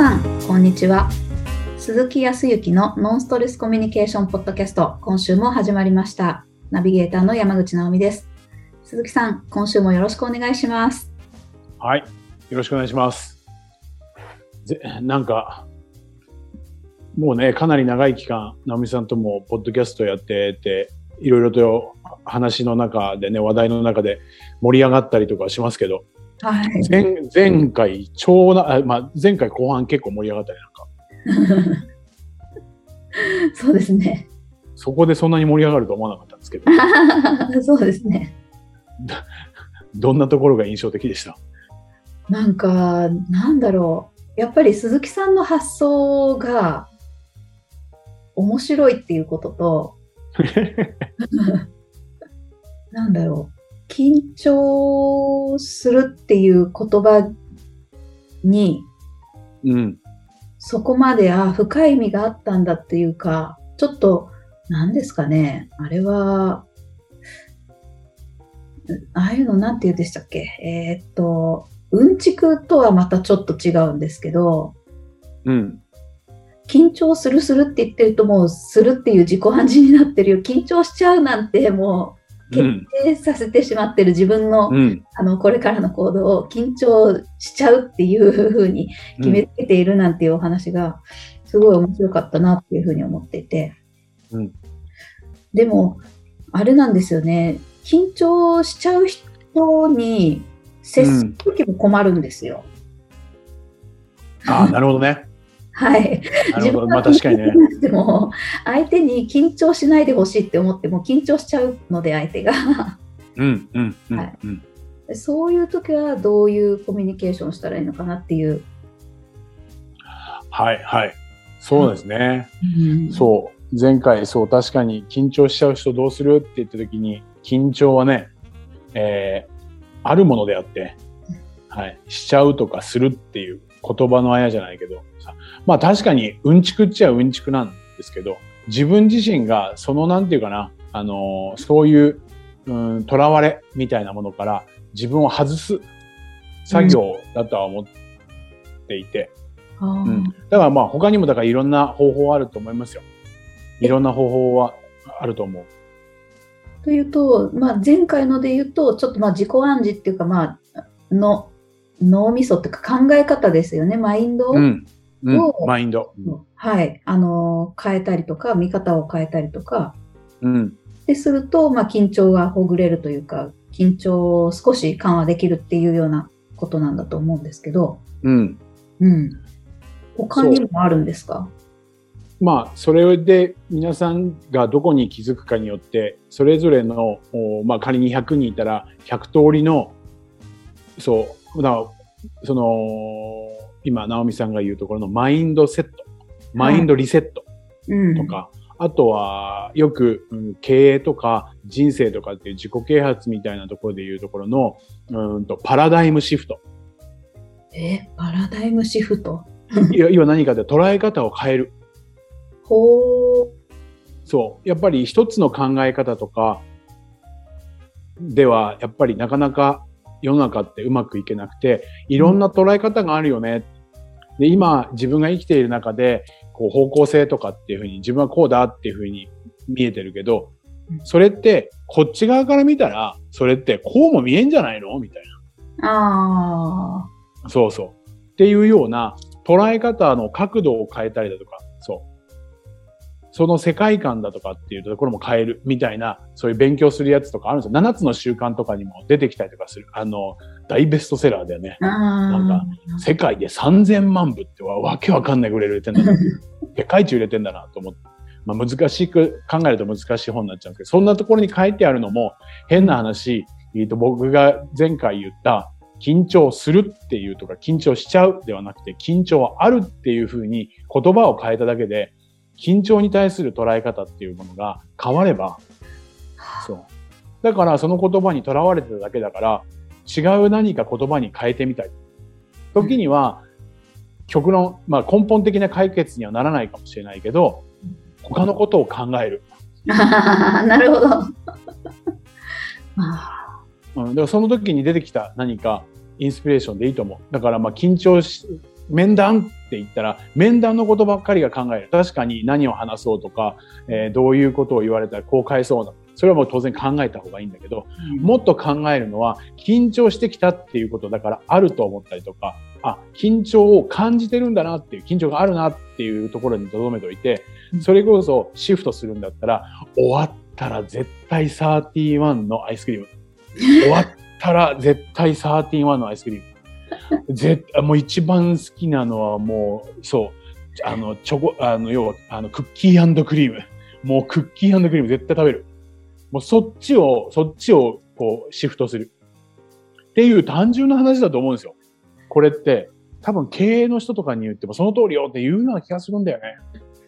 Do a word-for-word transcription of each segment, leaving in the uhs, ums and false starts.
さん、こんにちは。鈴木康之のノンストレスコミュニケーションポッドキャスト、今週も始まりました。ナビゲーターの山口直美です。鈴木さん、今週もよろしくお願いします。 はい、よろしくお願いします。ぜなんかもうね、かなり長い期間直美さんともポッドキャストやってて、いろいろと話の中でね、話題の中で盛り上がったりとかしますけど、 はい、 前, 前回超な、まあ、前回後半結構盛り上がったりなんかそうですね。 そこでそんなに盛り上がると思わなかったんですけどそうですね。 どんなところが印象的でした？ なんかなんだろう、やっぱり鈴木さんの発想が面白いっていうこととなんだろう、緊張するっていう言葉に、 うん、そこまであ深い意味があったんだっていうか、ちょっと何ですかね、あれはああいうのなんて言うんでしたっけ、えー、っとうんちくとはまたちょっと違うんですけど、 うん、 緊張するするって言ってると、もうするっていう自己暗示になってるよ、緊張しちゃうなんてもう決定させてしまってる自分の、うん、あのこれからの行動を緊張しちゃうっていう風に決めつけているなんていうお話がすごい面白かったなっていう風に思っていて、うん、でもあれなんですよね、緊張しちゃう人に接する時も困るんですよ、 うん、ああ、なるほどねはい、 なるほど、まあ確かにね。 でも相手に緊張しないでほしいって思っても緊張しちゃうので、相手がうんうんうん、 はい、そういう時はどういうコミュニケーションしたらいいのかなっていう。 はいはい、そうですね、うん、そう前回そう確かに緊張しちゃう人どうするって言った時に、緊張はね、えー、あるものであって、はい、しちゃうとかするっていう言葉のあやじゃないけど、まあ確かにうんちくっちゃうんちくなんですけど、自分自身がそのなんていうかな、あのー、そういううん囚われみたいなものから自分を外す作業だとは思っていて、うんうん、だからまあ他にもだからいろんな方法あると思いますよ。いろんな方法はあると思う。 というと、まあ、前回ので言うとちょっとまあ自己暗示っていうか、まあの脳みそっていうか考え方ですよね、マインドを、うんうん、マインド、 うん、はい、あの変えたりとか見方を変えたりとか、 うん、 ですると、まあ、緊張がほぐれるというか、緊張を少し緩和できるっていうようなことなんだと思うんですけど、 うんうん、他にもあるんですか？ まあそれで皆さんがどこに気づくかによって、それぞれの、まあ、仮にひゃくにんいたらひゃく通りの、そうだからその今直美さんが言うところのマインドセット、マインドリセットとか、はいうん、あとはよく、うん、経営とか人生とかっていう自己啓発みたいなところで言うところのうんとパラダイムシフト。 えパラダイムシフト今何かで捉え方を変える。 ほー。 そうやっぱり一つの考え方とかではやっぱりなかなか世の中ってうまくいけなくて、いろんな捉え方があるよね。で、今自分が生きている中でこう方向性とかっていうふうに自分はこうだっていうふうに見えてるけど、それってこっち側から見たらそれってこうも見えんじゃないのみたいな。ああ。そうそう。っていうような捉え方の角度を変えたりだとか、そう。その世界観だとかっていうところも変えるみたいな、そういう勉強するやつとかあるんですよ。ななつの習慣とかにも出てきたりとかする。あの、大ベストセラーだよね。なんか、世界でさんぜんまんぶってわけわかんないぐらい売れてんだな。世界一売れてんだなと思って。まあ難しく考えると難しい本になっちゃうんですけど、そんなところに書いてあるのも変な話、えっと、僕が前回言った緊張するっていうとか緊張しちゃうではなくて、緊張はあるっていうふうに言葉を変えただけで、緊張に対する捉え方っていうものが変われば、そう。だからその言葉にとらわれてただけだから、違う何か言葉に変えてみたり。時には、極論、まあ根本的な解決にはならないかもしれないけど、他のことを考える。 なるほど。 うん、だからその時に出てきた何かインスピレーションでいいと思う。だからまあ緊張し面談って言ったら、面談のことばっかりが考える。確かに何を話そうとか、えー、どういうことを言われたらこう返そうだ。それはもう当然考えた方がいいんだけど、うん、もっと考えるのは、緊張してきたっていうことだからあると思ったりとか、あ、緊張を感じてるんだなっていう、緊張があるなっていうところに留めておいて、それこそシフトするんだったら、終わったら絶対サーティワンのアイスクリーム。終わったら絶対サーティワンのアイスクリーム。絶対、もう一番好きなのはもう、そう、あの、チョコ、あの、要は、あの、クッキー&クリーム。もうクッキー&クリーム絶対食べる。もうそっちを、そっちを、こう、シフトする。っていう単純な話だと思うんですよ。これって、多分経営の人とかに言ってもその通りよっていうような気がするんだよね。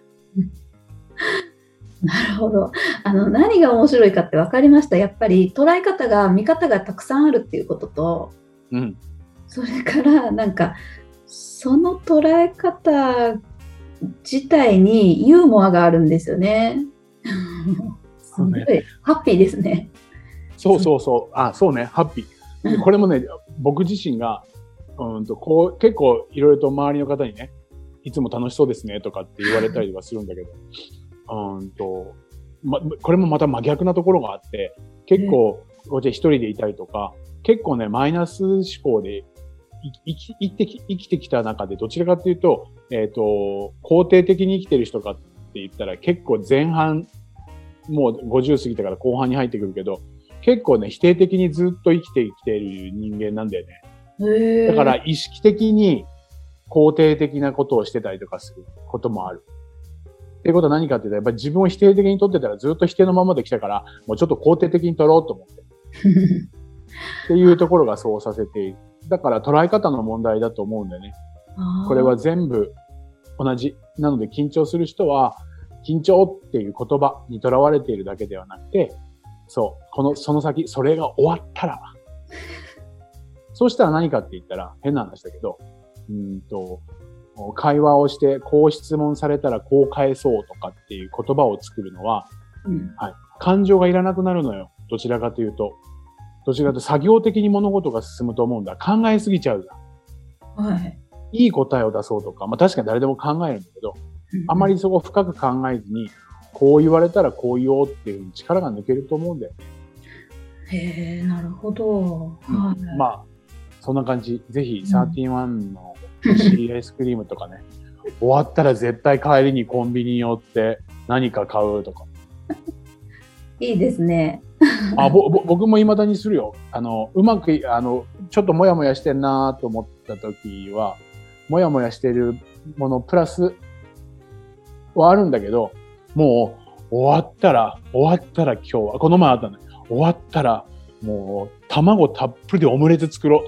なるほど。あの、何が面白いかって分かりました。やっぱり捉え方が、見方がたくさんあるっていうことと、 うん。 それからなんかその捉え方自体にユーモアがあるんですよね。すごいハッピーですね。 そうそうそう。あ、そうね、ハッピー。これもね、僕自身がうんとこう結構いろいろと周りの方にね、いつも楽しそうですねとかって言われたりとかするんだけど、うんとまこれもまた真逆なところがあって、結構こっち一人でいたりとか、結構ねマイナス思考で生き、生きてき、生きてきた中で、どちらかというと、えっと、肯定的に生きてる人かって言ったら、結構前半、もうごじゅう過ぎてから後半に入ってくるけど、結構ね、否定的にずっと生きてきている人間なんだよね。 へー。 だから意識的に肯定的なことをしてたりとかすることもある。っていうことは何かっていうと、やっぱり自分を否定的に取ってたらずっと否定のままで来たから、もうちょっと肯定的に取ろうと思って。っていうところがそうさせている。だから捉え方の問題だと思うんだよね。これは全部同じ。なので緊張する人は、緊張っていう言葉にとらわれているだけではなくて、そう、この、その先、それが終わったら、そうしたら何かって言ったら、変な話だけど、うんと、会話をして、こう質問されたらこう返そうとかっていう言葉を作るのは、うん、はい、感情がいらなくなるのよ。どちらかというと。どちらかというと作業的に物事が進むと思うんだ。考えすぎちゃうじゃん。 はい。 いい答えを出そうとか、まあ確かに誰でも考えるんだけど、あまりそこを深く考えずに、こう言われたらこう言おうっていう力が抜けると思うんだよね。 へえ、なるほど。 うん、はい、まあ、そんな感じ。ぜひ、サーティワンの美味しいアイスクリームとかね、終わったら絶対帰りにコンビニに寄って何か買うとか。 いいですね。 あ、ぼ、ぼ、僕も未だにするよ。あの、うまく、あの、ちょっともやもやしてんなと思った時は、もやもやしてるものプラスはあるんだけど、もう終わったら、終わったら今日は、この前あったね。終わったら、もう卵たっぷりでオムレツ作ろう。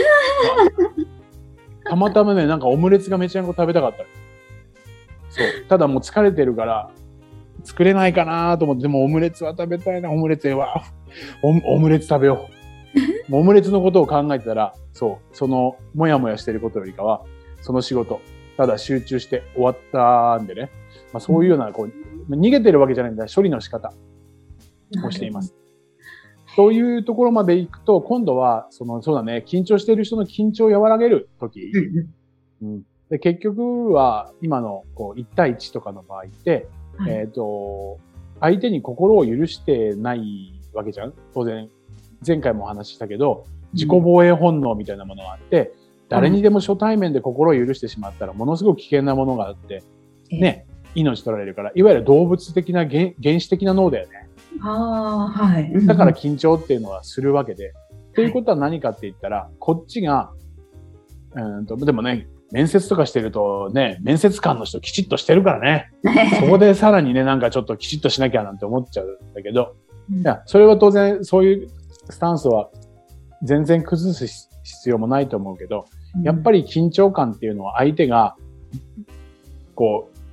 たまたまね、なんかオムレツがめちゃくちゃ食べたかった。そう。ただもう疲れてるから、作れないかなと思って、でもオムレツは食べたいな、オムレツは。オム、オムレツ食べよう。オムレツのことを考えてたら、そう、その、もやもやしてることよりかは、その仕事、ただ集中して終わったんでね。まあ、そういうような、こう、逃げてるわけじゃないんだ、処理の仕方をしています。そういうところまで行くと、今度は、その、そうだね、緊張している人の緊張を和らげるとき、うん、で結局は、今の、こう、いち対いちとかの場合って、はい、えっと、相手に心を許してないわけじゃん。当然、前回もお話ししたけど、自己防衛本能みたいなものがあって、うん、誰にでも初対面で心を許してしまったら、ものすごく危険なものがあって、ね、命取られるから、いわゆる動物的な原、原始的な脳だよね。 ああ、はい。 だから緊張っていうのはするわけで。と、はい、いうことは何かって言ったら、こっちが、うんと、でもね、面接とかしてるとね、面接官の人きちっとしてるからね。そこでさらにね、なんかちょっときちっとしなきゃなんて思っちゃうんだけど、うん、いや、それは当然そういうスタンスは全然崩す必要もないと思うけど、うん、やっぱり緊張感っていうのは相手が、こう、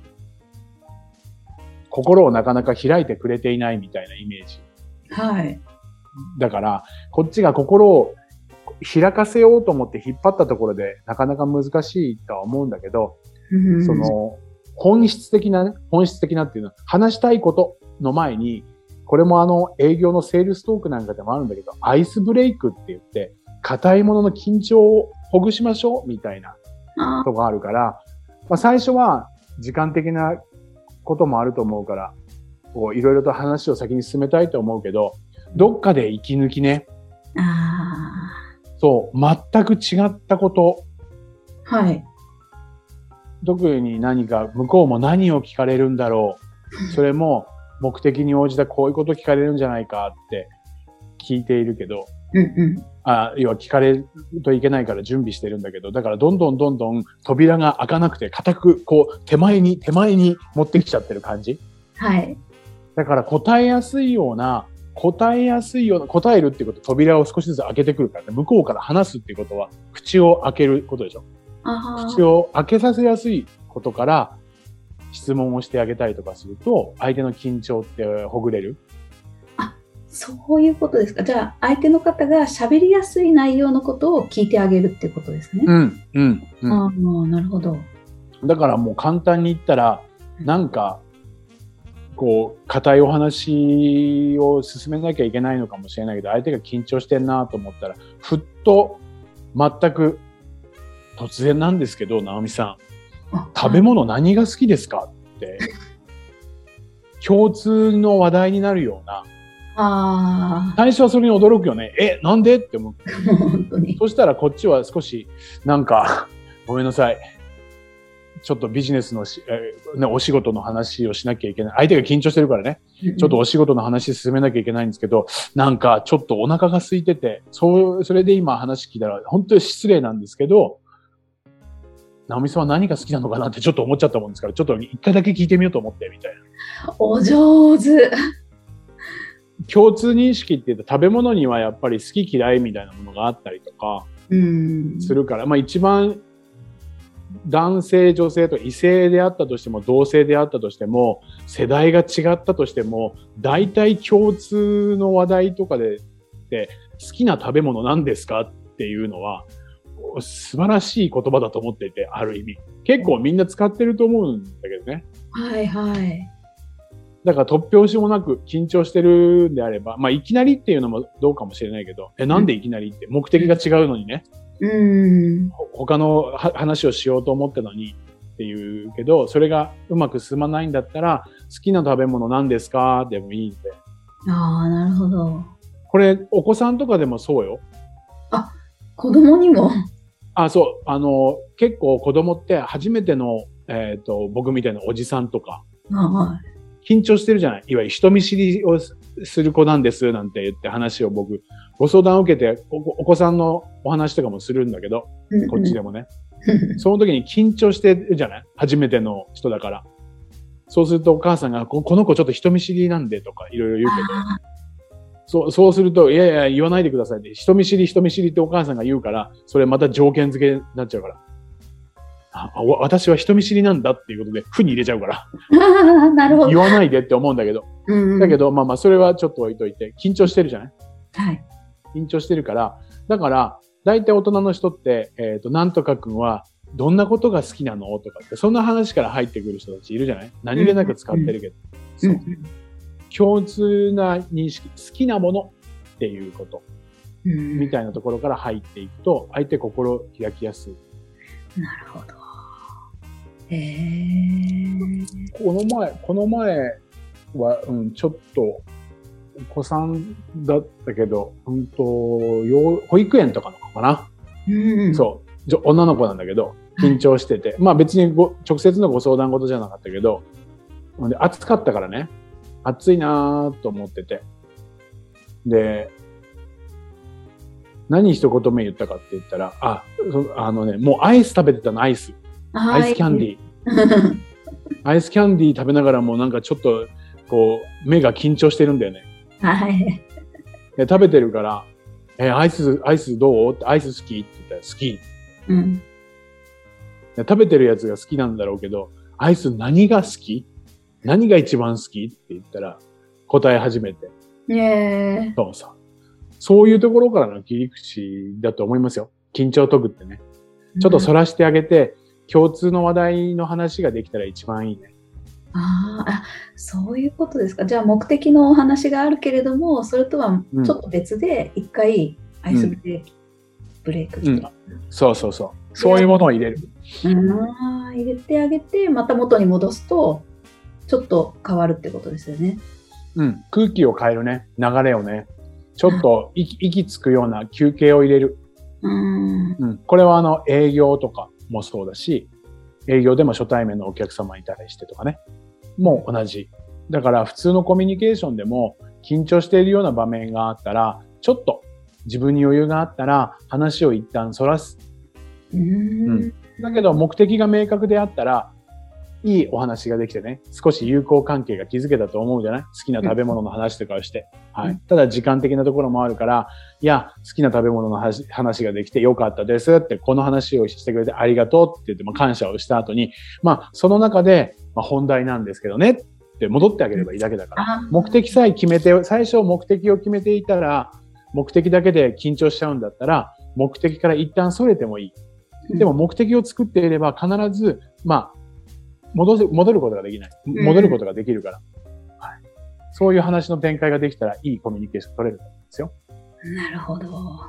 心をなかなか開いてくれていないみたいなイメージ。 はい。だから、こっちが心を開かせようと思って引っ張ったところでなかなか難しいとは思うんだけど、うん、その本質的なね、本質的なっていうのは話したいことの前に、これもあの営業のセールストークなんかでもあるんだけど、アイスブレイクって言って、硬いものの緊張をほぐしましょうみたいな、 とこあるから、まあ、最初は時間的なこともあると思うから、こういろいろと話を先に進めたいと思うけど、どっかで息抜きね。 あそう、全く違ったこと。 はい。 特に何か、向こうも何を聞かれるんだろう。それも目的に応じたこういうこと聞かれるんじゃないかって聞いているけど、 うんうん、 あ、要は聞かれるといけないから準備してるんだけど、だからどんどんどんどん扉が開かなくて固くこう手前に手前に持ってきちゃってる感じ。 はい。 だから答えやすいような、答えやすいような、答えるっていうこと、扉を少しずつ開けてくるからね。向こうから話すっていうことは口を開けることでしょ。口を開けさせやすいことから質問をしてあげたりとかすると、相手の緊張ってほぐれる。 あ、そういうことですか。じゃあ相手の方が喋りやすい内容のことを聞いてあげるっていうことですね。 うん、うん、うん。 ああ、なるほど。 だからもう簡単に言ったら、なんか、こう、固いお話を進めなきゃいけないのかもしれないけど、相手が緊張してんなと思ったら、ふっと、全く、突然なんですけど、直美さん、食べ物何が好きですかって、共通の話題になるような、 あ最初はそれに驚くよね。え、なんでって思って。 本当に。 そしたらこっちは少し、なんか、ごめんなさい。ちょっとビジネスのし、えーね、お仕事の話をしなきゃいけない。相手が緊張してるからね。ちょっとお仕事の話進めなきゃいけないんですけど、なんかちょっとお腹が空いてて、そう、それで今話聞いたら、本当に失礼なんですけど、直美さんは何が好きなのかなってちょっと思っちゃったもんですから、ちょっと一回だけ聞いてみようと思って、みたいな。 お上手。 共通認識って言うと食べ物にはやっぱり好き嫌いみたいなものがあったりとかするから、まあ一番男性女性と異性であったとしても同性であったとしても世代が違ったとしても大体共通の話題とかでで好きな食べ物なんですかっていうのは素晴らしい言葉だと思っていて、ある意味結構みんな使ってると思うんだけどね。 はいはい。 だから突拍子もなく緊張してるんであれば、まあいきなりっていうのもどうかもしれないけど、え、なんでいきなりって目的が違うのにね。うん。他の話をしようと思ったのにっていうけど、それがうまく進まないんだったら、好きな食べ物何ですかでもいいんで。 ああ、なるほど。 これ、お子さんとかでもそうよ。 あ、子供にも。 あ、そう。あの、結構子供って初めての、えっと、僕みたいなおじさんとか。はい。緊張してるじゃない。いわゆる人見知りをする子なんですなんて言って話を僕、ご相談を受けてお、お子さんのお話とかもするんだけど、こっちでもね。その時に緊張してるじゃない。初めての人だから。そうするとお母さんが、こ, この子ちょっと人見知りなんでとかいろいろ言うけど、そう、そうすると、いやいや言わないでくださいって、人見知り人見知りってお母さんが言うから、それまた条件付けになっちゃうから。あ、私は人見知りなんだっていうことで、負に入れちゃうから。なるほど。言わないでって思うんだけど。うんうん、だけど、まあまあ、それはちょっと置いといて、緊張してるじゃない？はい。緊張してるから、だから、大体大人の人って、えっと、なんとかくんは、どんなことが好きなのとかって、そんな話から入ってくる人たちいるじゃない？何気なく使ってるけど。うんうん、そう。共通な認識、好きなものっていうこと、うん、みたいなところから入っていくと、相手心開きやすい。 なるほど。へー。 この前、この前は、うん、ちょっと、お子さんだったけど、うんと、保育園とかの子かな。うん、そう。女の子なんだけど、緊張してて。はい、まあ別にご直接のご相談事じゃなかったけど、で暑かったからね、暑いなーと思ってて。で、何一言目言ったかって言ったら、あ、あのね、もうアイス食べてたの、アイス。アイスキャンディー。アイスキャンディー食べながらもなんかちょっと、こう、目が緊張してるんだよね。はい。で、食べてるから、え、アイス、アイスどうって、アイス好きって言ったら好き。うん。で、食べてるやつが好きなんだろうけど、アイス何が好き？何が一番好きって言ったら、答え始めて。ねえ。そうそう。そういうところからの切り口だと思いますよ。緊張を解くってね。ちょっと反らしてあげて、うん、共通の話題の話ができたら一番いいね。 ああ、そういうことですか。じゃあ目的のお話があるけれども、それとはちょっと別で一回アイスブレーキ、うん、ブレイクして、うん。 そうそうそそういうものを入れる。 あ入れてあげて、また元に戻すと、ちょっと変わるってことですよね。 うん。空気を変えるね。流れをね。ちょっと息、息つくような休憩を入れる。 うん。 うん。これはあの、営業とかもそうだし、営業でも初対面のお客様に対してとかね。もう同じ。だから普通のコミュニケーションでも緊張しているような場面があったら、ちょっと自分に余裕があったら話を一旦そらす。 うんうん、 だけど目的が明確であったら、いいお話ができてね、少し友好関係が築けたと思うじゃない？好きな食べ物の話とかをして。うん、はい。ただ時間的なところもあるから、いや、好きな食べ物の話ができてよかったですって、この話をしてくれてありがとうって言って、まあ、感謝をした後に、まあ、その中で、まあ、本題なんですけどねって戻ってあげればいいだけだから、目的さえ決めて、最初目的を決めていたら、目的だけで緊張しちゃうんだったら、目的から一旦それてもいい。でも目的を作っていれば必ず、まあ、戻る、戻ることができない。戻ることができるから。うん、はい。そういう話の展開ができたらいいコミュニケーション取れると思うんですよ。 なるほど。 はい。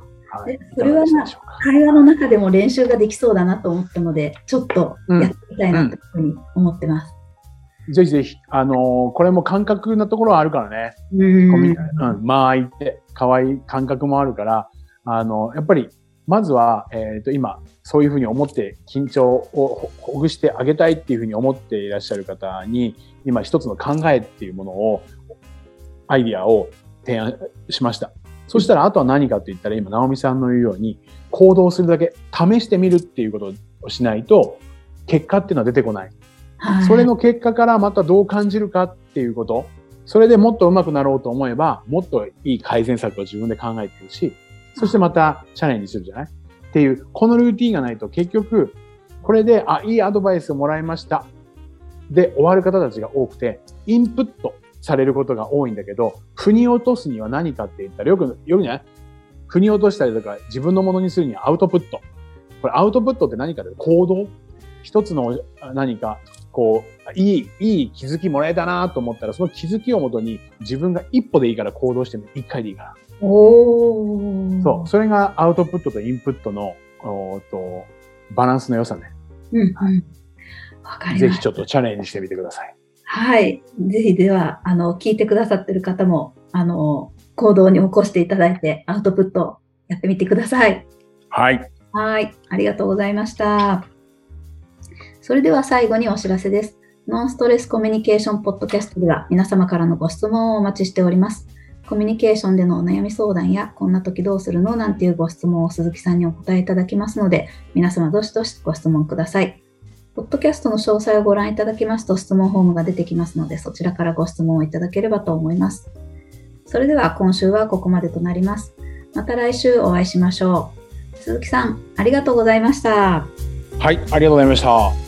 それは、まあ、会話の中でも練習ができそうだなと思ったので、ちょっとやってみたいなというふうに思ってます。 うんうん、ぜひぜひ、あのー、これも感覚なところはあるからね。 うん。 コミュニケーション。うん。間合いって、可愛い感覚もあるから、あの、やっぱり、まずは、えっと、今、そういうふうに思って緊張をほぐしてあげたいっていうふうに思っていらっしゃる方に、今一つの考えっていうものを、アイディアを提案しました。そしたら、あとは何かって言ったら、今、直美さんの言うように、行動するだけ、試してみるっていうことをしないと、結果っていうのは出てこない。はい、それの結果からまたどう感じるかっていうこと、それでもっと上手くなろうと思えば、もっといい改善策を自分で考えてるし、そしてまたチャレンジするじゃないっていう、このルーティンがないと結局、これで、あ、いいアドバイスをもらいました。で、終わる方たちが多くて、インプットされることが多いんだけど、腑に落とすには何かって言ったら、よく、よくね、腑に落としたりとか、自分のものにするにはアウトプット。これアウトプットって何かで行動？一つの何か、こう、いい、いい気づきもらえたなと思ったら、その気づきをもとに自分が一歩でいいから行動してみる。一回でいいから。 おー。 そう。それがアウトプットとインプットの、おーと、バランスの良さね。 うん、うん。はい、わかりました。 ぜひちょっとチャレンジしてみてください。 はい。ぜひでは、あの、聞いてくださってる方も、あの、行動に起こしていただいて、アウトプットやってみてください。 はい。 はい。ありがとうございました。それでは最後にお知らせです。ノンストレスコミュニケーションポッドキャストでは皆様からのご質問をお待ちしております。コミュニケーションでのお悩み相談や、こんな時どうするのなんていうご質問を鈴木さんにお答えいただきますので、皆様どしどしご質問ください。ポッドキャストの詳細をご覧いただきますと質問フォームが出てきますので、そちらからご質問をいただければと思います。それでは今週はここまでとなります。また来週お会いしましょう。鈴木さん、ありがとうございました。 はい、ありがとうございました。